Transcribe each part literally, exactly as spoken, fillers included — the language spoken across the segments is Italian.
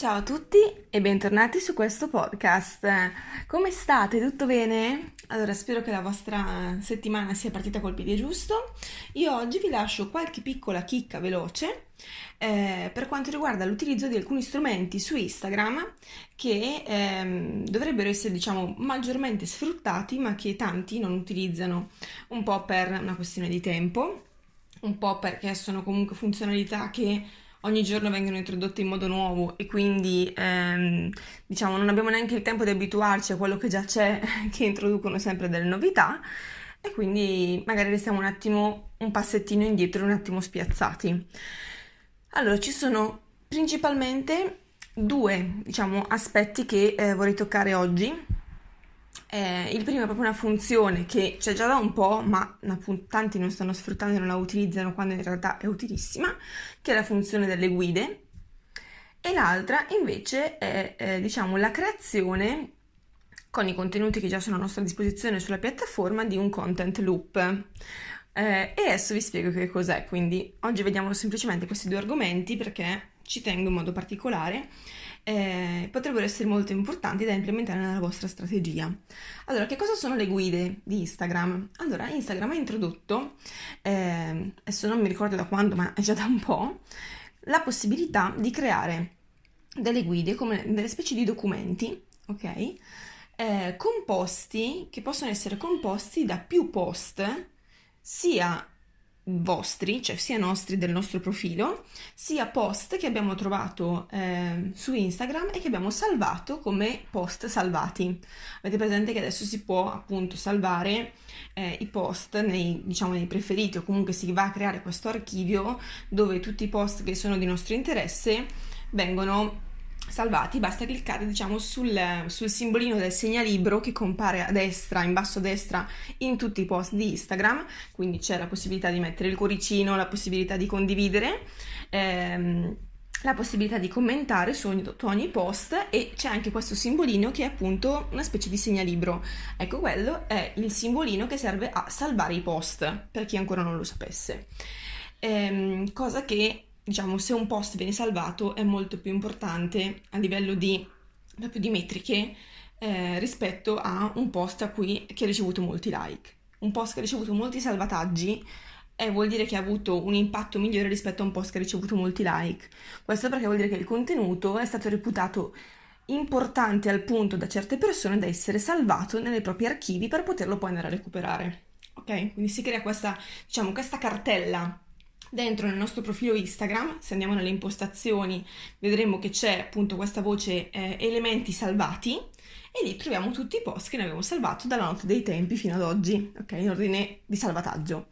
Ciao a tutti e bentornati su questo podcast. Come state? Tutto bene? Allora, spero che la vostra settimana sia partita col piede giusto. Io oggi vi lascio qualche piccola chicca veloce eh, per quanto riguarda l'utilizzo di alcuni strumenti su Instagram che ehm, dovrebbero essere, diciamo, maggiormente sfruttati, ma che tanti non utilizzano, un po' per una questione di tempo, un po' perché sono comunque funzionalità che ogni giorno vengono introdotte in modo nuovo e quindi ehm, diciamo non abbiamo neanche il tempo di abituarci a quello che già c'è, che introducono sempre delle novità e quindi magari restiamo un attimo un passettino indietro, un attimo spiazzati. Allora, ci sono principalmente due, diciamo, aspetti che eh, vorrei toccare oggi. Eh, il primo è proprio una funzione che c'è già da un po', ma appunto tanti non stanno sfruttando e non la utilizzano quando in realtà è utilissima, che è la funzione delle guide. E l'altra invece è, eh, diciamo, la creazione con i contenuti che già sono a nostra disposizione sulla piattaforma di un content loop. Eh, e adesso vi spiego che cos'è, quindi oggi vediamo semplicemente questi due argomenti perché ci tengo in modo particolare. Eh, potrebbero essere molto importanti da implementare nella vostra strategia. Allora, che cosa sono le guide di Instagram? Allora, Instagram ha introdotto, eh, adesso non mi ricordo da quando, ma è già da un po', la possibilità di creare delle guide come delle specie di documenti, ok? Eh, composti, che possono essere composti da più post, sia vostri, cioè sia nostri del nostro profilo, sia post che abbiamo trovato eh, su Instagram e che abbiamo salvato come post salvati. Avete presente che adesso si può appunto salvare eh, i post nei, diciamo, nei preferiti, o comunque si va a creare questo archivio dove tutti i post che sono di nostro interesse vengono salvati. Basta cliccare, diciamo, sul, sul simbolino del segnalibro che compare a destra, in basso a destra, in tutti i post di Instagram, quindi c'è la possibilità di mettere il cuoricino, la possibilità di condividere, ehm, la possibilità di commentare su ogni, su ogni post, e c'è anche questo simbolino che è appunto una specie di segnalibro. Ecco, quello è il simbolino che serve a salvare i post, per chi ancora non lo sapesse. Ehm, cosa che, diciamo, se un post viene salvato è molto più importante a livello di, proprio di metriche eh, rispetto a un post a cui, che ha ricevuto molti like. Un post che ha ricevuto molti salvataggi eh, vuol dire che ha avuto un impatto migliore rispetto a un post che ha ricevuto molti like. Questo perché vuol dire che il contenuto è stato reputato importante al punto da certe persone da essere salvato nei propri archivi per poterlo poi andare a recuperare. Ok? Quindi si crea questa, diciamo, questa cartella dentro nel nostro profilo Instagram. Se andiamo nelle impostazioni vedremo che c'è appunto questa voce eh, elementi salvati, e lì troviamo tutti i post che noi abbiamo salvato dalla notte dei tempi fino ad oggi, ok, in ordine di salvataggio.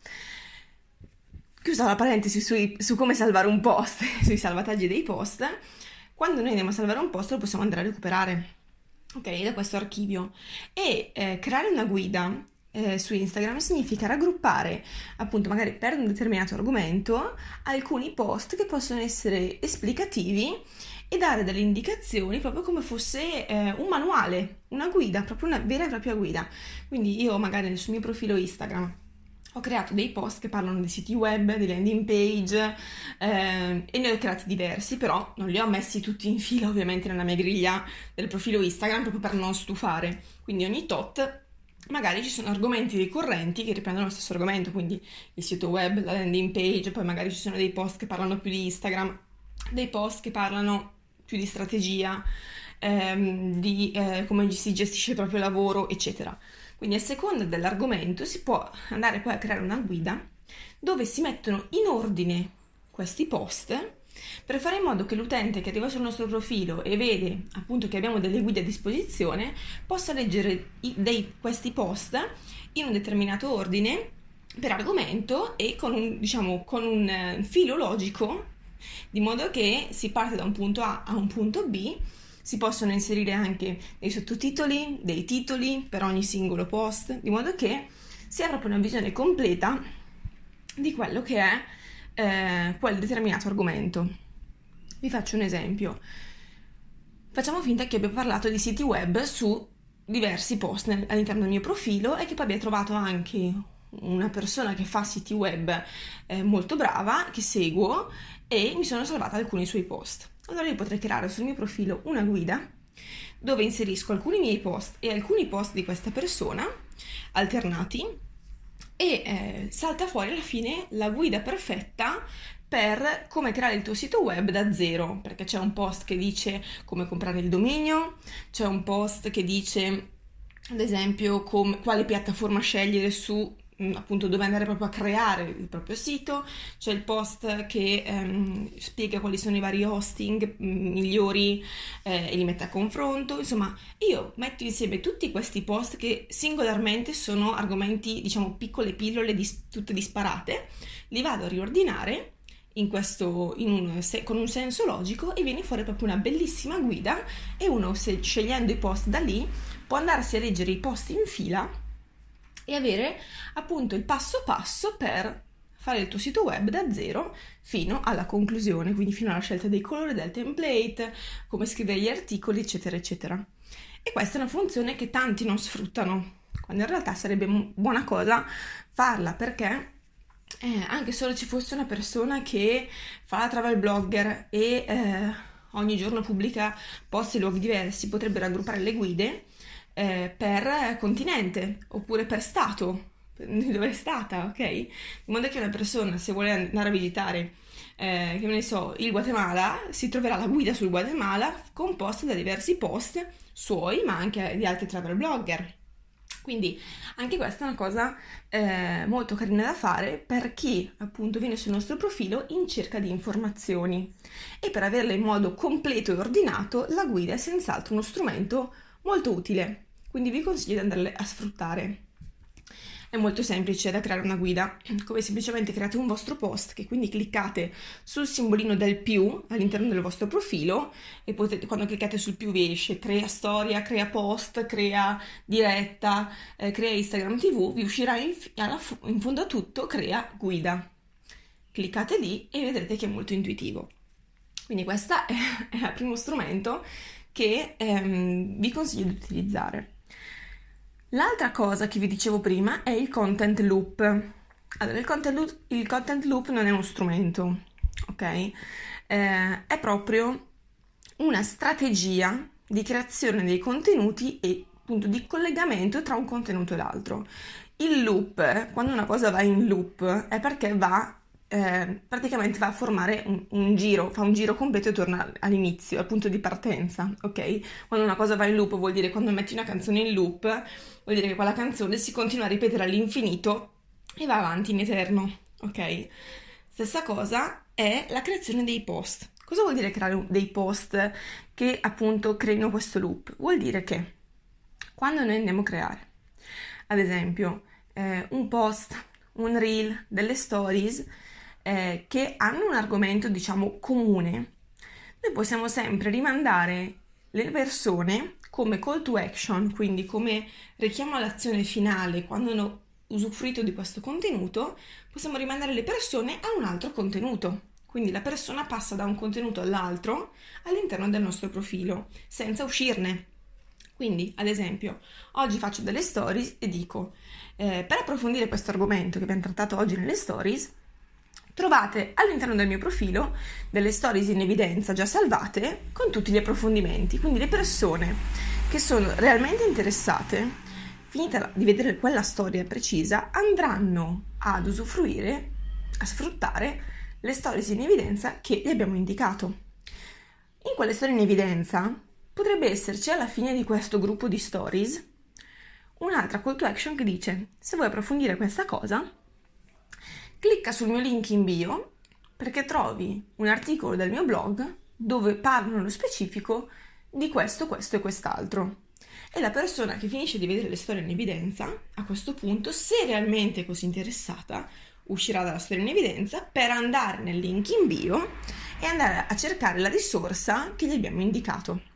Chiusa la parentesi sui, su come salvare un post, sui salvataggi dei post, quando noi andiamo a salvare un post lo possiamo andare a recuperare, ok, da questo archivio. E eh, creare una guida Eh, su Instagram significa raggruppare, appunto, magari per un determinato argomento, alcuni post che possono essere esplicativi e dare delle indicazioni proprio come fosse eh, un manuale, una guida, proprio una vera e propria guida. Quindi io magari sul mio profilo Instagram ho creato dei post che parlano di siti web, di landing page, eh, e ne ho creati diversi, però non li ho messi tutti in fila ovviamente nella mia griglia del profilo Instagram, proprio per non stufare. Quindi ogni tot magari ci sono argomenti ricorrenti che riprendono lo stesso argomento, quindi il sito web, la landing page, poi magari ci sono dei post che parlano più di Instagram, dei post che parlano più di strategia, ehm, di eh, come si gestisce il proprio lavoro, eccetera. Quindi a seconda dell'argomento si può andare poi a creare una guida dove si mettono in ordine questi post, per fare in modo che l'utente che arriva sul nostro profilo e vede appunto che abbiamo delle guide a disposizione possa leggere i, dei, questi post in un determinato ordine per argomento e con un, diciamo, con un eh, filo logico, di modo che si parte da un punto A a un punto B. Si possono inserire anche dei sottotitoli, dei titoli per ogni singolo post, di modo che si ha proprio una visione completa di quello che è Eh, quel determinato argomento. Vi faccio un esempio. Facciamo finta che abbia parlato di siti web su diversi post nel, all'interno del mio profilo, e che poi abbia trovato anche una persona che fa siti web eh, molto brava, che seguo, e mi sono salvata alcuni suoi post. allora io potrei creare sul mio profilo una guida dove inserisco alcuni miei post e alcuni post di questa persona alternati e eh, salta fuori alla fine la guida perfetta per come creare il tuo sito web da zero, perché c'è un post che dice come comprare il dominio, c'è un post che dice ad esempio com- quale piattaforma scegliere su appunto dove andare proprio a creare il proprio sito, c'è il post che ehm, spiega quali sono i vari hosting mh, migliori eh, e li mette a confronto. Insomma, io metto insieme tutti questi post che singolarmente sono argomenti, diciamo, piccole pillole dis- tutte disparate, li vado a riordinare in questo, in un, se, con un senso logico, e viene fuori proprio una bellissima guida, e uno, se, scegliendo i post da lì, può andarsi a leggere i post in fila e avere appunto il passo passo per fare il tuo sito web da zero fino alla conclusione, quindi fino alla scelta dei colori, del template, come scrivere gli articoli, eccetera, eccetera. E questa è una funzione che tanti non sfruttano, quando in realtà sarebbe buona cosa farla, perché eh, anche solo ci fosse una persona che fa la travel blogger e eh, ogni giorno pubblica post in luoghi diversi, potrebbe raggruppare le guide Eh, per continente oppure per stato, dove è stata, ok? In modo che una persona, se vuole andare a visitare, eh, che ne so, il Guatemala, si troverà la guida sul Guatemala composta da diversi post suoi, ma anche di altri travel blogger. Quindi anche questa è una cosa eh, molto carina da fare per chi appunto viene sul nostro profilo in cerca di informazioni, e per averle in modo completo e ordinato la guida è senz'altro uno strumento molto utile. Quindi vi consiglio di andarle a sfruttare. È molto semplice da creare una guida, come semplicemente create un vostro post, che quindi cliccate sul simbolino del più all'interno del vostro profilo, e potete, quando cliccate sul più vi esce crea storia, crea post, crea diretta, eh, crea Instagram ti vu, vi uscirà in, alla, in fondo a tutto crea guida. Cliccate lì e vedrete che è molto intuitivo. Quindi questo è, è il primo strumento che ehm, vi consiglio di utilizzare. L'altra cosa che vi dicevo prima è il content loop. Allora, il content loop, il content loop non è uno strumento, ok? Eh, è proprio una strategia di creazione dei contenuti e appunto di collegamento tra un contenuto e l'altro. Il loop, quando una cosa va in loop, è perché va eh, praticamente va a formare un, un giro, fa un giro completo e torna all'inizio, al punto di partenza, ok? Quando una cosa va in loop vuol dire, quando metti una canzone in loop, vuol dire che quella canzone si continua a ripetere all'infinito e va avanti in eterno, ok? Stessa cosa è la creazione dei post. Cosa vuol dire creare dei post che appunto creino questo loop? Vuol dire che quando noi andiamo a creare, ad esempio, eh, un post, un reel, delle stories eh, che hanno un argomento, diciamo, comune, noi possiamo sempre rimandare le persone come call to action, quindi come richiamo all'azione finale. Quando hanno usufruito di questo contenuto, possiamo rimandare le persone a un altro contenuto. Quindi la persona passa da un contenuto all'altro all'interno del nostro profilo, senza uscirne. Quindi, ad esempio, oggi faccio delle stories e dico, eh, per approfondire questo argomento che abbiamo trattato oggi nelle stories, trovate all'interno del mio profilo delle stories in evidenza già salvate con tutti gli approfondimenti. Quindi le persone che sono realmente interessate, finita di vedere quella storia precisa, andranno ad usufruire, a sfruttare le stories in evidenza che gli abbiamo indicato. In quelle storie in evidenza potrebbe esserci alla fine di questo gruppo di stories un'altra call to action che dice: se vuoi approfondire questa cosa, clicca sul mio link in bio perché trovi un articolo del mio blog dove parlo nello specifico di questo, questo e quest'altro. E la persona che finisce di vedere le storie in evidenza, a questo punto, se realmente è così interessata, uscirà dalla storia in evidenza per andare nel link in bio e andare a cercare la risorsa che gli abbiamo indicato.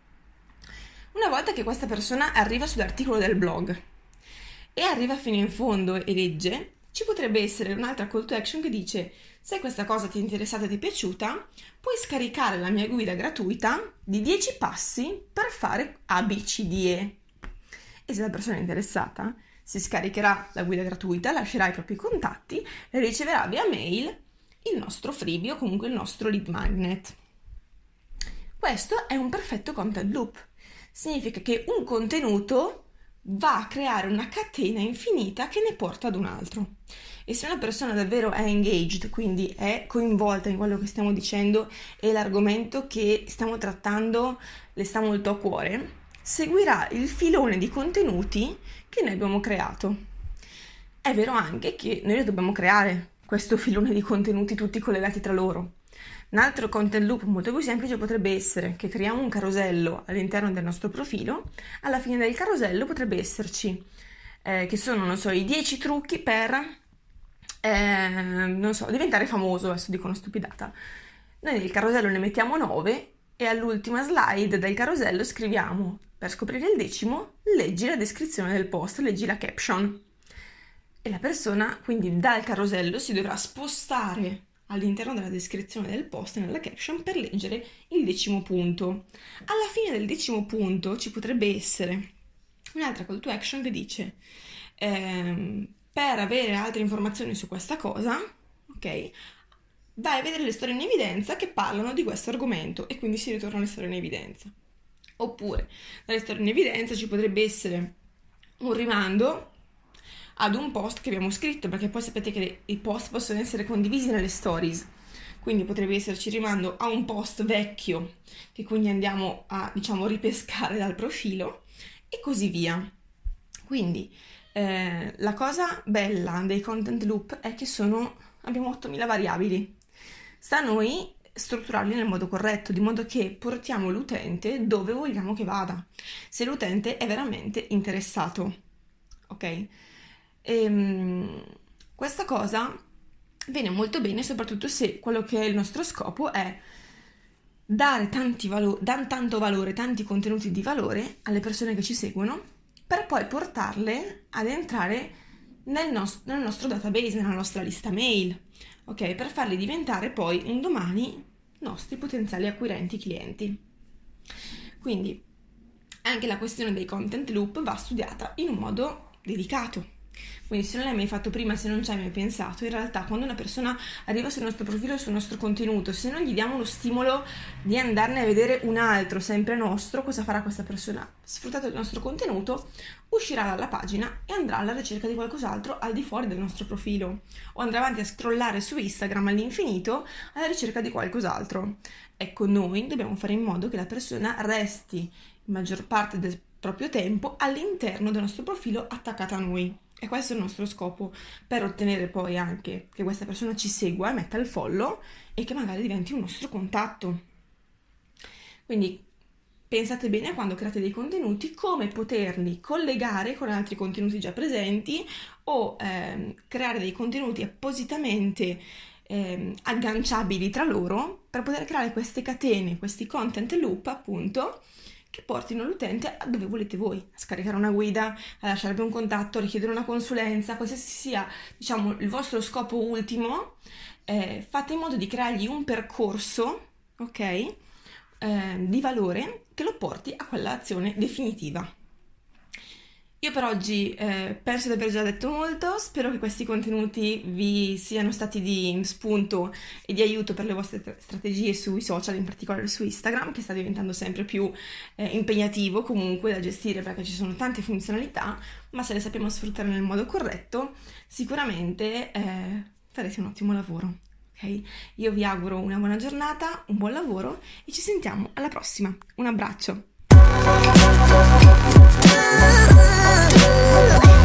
Una volta che questa persona arriva sull'articolo del blog e arriva fino in fondo e legge, ci potrebbe essere un'altra call to action che dice: se questa cosa ti è interessata e ti è piaciuta, puoi scaricare la mia guida gratuita di dieci passi per fare A B C D E. E se la persona è interessata, si scaricherà la guida gratuita, lascerà i propri contatti e riceverà via mail il nostro freebie o comunque il nostro lead magnet. Questo è un perfetto content loop. Significa che un contenuto va a creare una catena infinita che ne porta ad un altro. E se una persona davvero è engaged, quindi è coinvolta in quello che stiamo dicendo e l'argomento che stiamo trattando le sta molto a cuore, seguirà il filone di contenuti che noi abbiamo creato. È vero anche che noi dobbiamo creare questo filone di contenuti tutti collegati tra loro. Un altro content loop molto più semplice potrebbe essere che creiamo un carosello all'interno del nostro profilo. Alla fine del carosello potrebbe esserci, eh, che sono, non so, i dieci trucchi per, eh, non so, diventare famoso, adesso dico una stupidata. Noi nel carosello ne mettiamo nove e all'ultima slide del carosello scriviamo, per scoprire il decimo, leggi la descrizione del post, leggi la caption. E la persona, quindi dal carosello, si dovrà spostare all'interno della descrizione del post e nella caption per leggere il decimo punto. Alla fine del decimo punto ci potrebbe essere un'altra call to action che dice ehm, per avere altre informazioni su questa cosa, ok, vai a vedere le storie in evidenza che parlano di questo argomento, e quindi si ritorna alle storie in evidenza. Oppure dalle storie in evidenza ci potrebbe essere un rimando ad un post che abbiamo scritto, perché poi sapete che i post possono essere condivisi nelle stories, quindi potrebbe esserci rimando a un post vecchio che quindi andiamo a, diciamo, ripescare dal profilo e così via. Quindi eh, la cosa bella dei content loop è che sono, abbiamo ottomila variabili, sta a noi strutturarli nel modo corretto, di modo che portiamo l'utente dove vogliamo che vada, se l'utente è veramente interessato, ok? E, questa cosa viene molto bene soprattutto se quello che è il nostro scopo è dare tanti valo- dan tanto valore, tanti contenuti di valore alle persone che ci seguono, per poi portarle ad entrare nel, nos- nel nostro database, nella nostra lista mail, ok? Per farli diventare poi un domani nostri potenziali acquirenti clienti. Quindi anche la questione dei content loop va studiata in un modo dedicato. Quindi se non l'hai mai fatto prima, se non ci hai mai pensato, in realtà quando una persona arriva sul nostro profilo, sul nostro contenuto, se non gli diamo lo stimolo di andarne a vedere un altro sempre nostro, cosa farà questa persona? Sfruttato il nostro contenuto, uscirà dalla pagina e andrà alla ricerca di qualcos'altro al di fuori del nostro profilo, o andrà avanti a scrollare su Instagram all'infinito alla ricerca di qualcos'altro. Ecco, noi dobbiamo fare in modo che la persona resti in maggior parte del proprio tempo all'interno del nostro profilo attaccata a noi. E questo è il nostro scopo, per ottenere poi anche che questa persona ci segua e metta il follow e che magari diventi un nostro contatto. Quindi pensate bene quando create dei contenuti come poterli collegare con altri contenuti già presenti o ehm, creare dei contenuti appositamente ehm, agganciabili tra loro per poter creare queste catene, questi content loop appunto, che portino l'utente a dove volete voi, a scaricare una guida, a lasciarvi un contatto, a richiedere una consulenza, qualsiasi sia, diciamo, il vostro scopo ultimo, eh, fate in modo di creargli un percorso, ok, eh, di valore che lo porti a quell'azione definitiva. Io per oggi eh, penso di aver già detto molto, spero che questi contenuti vi siano stati di spunto e di aiuto per le vostre tra- strategie sui social, in particolare su Instagram, che sta diventando sempre più eh, impegnativo comunque da gestire perché ci sono tante funzionalità, ma se le sappiamo sfruttare nel modo corretto, sicuramente eh, farete un ottimo lavoro. Okay? Io vi auguro una buona giornata, un buon lavoro e ci sentiamo alla prossima. Un abbraccio!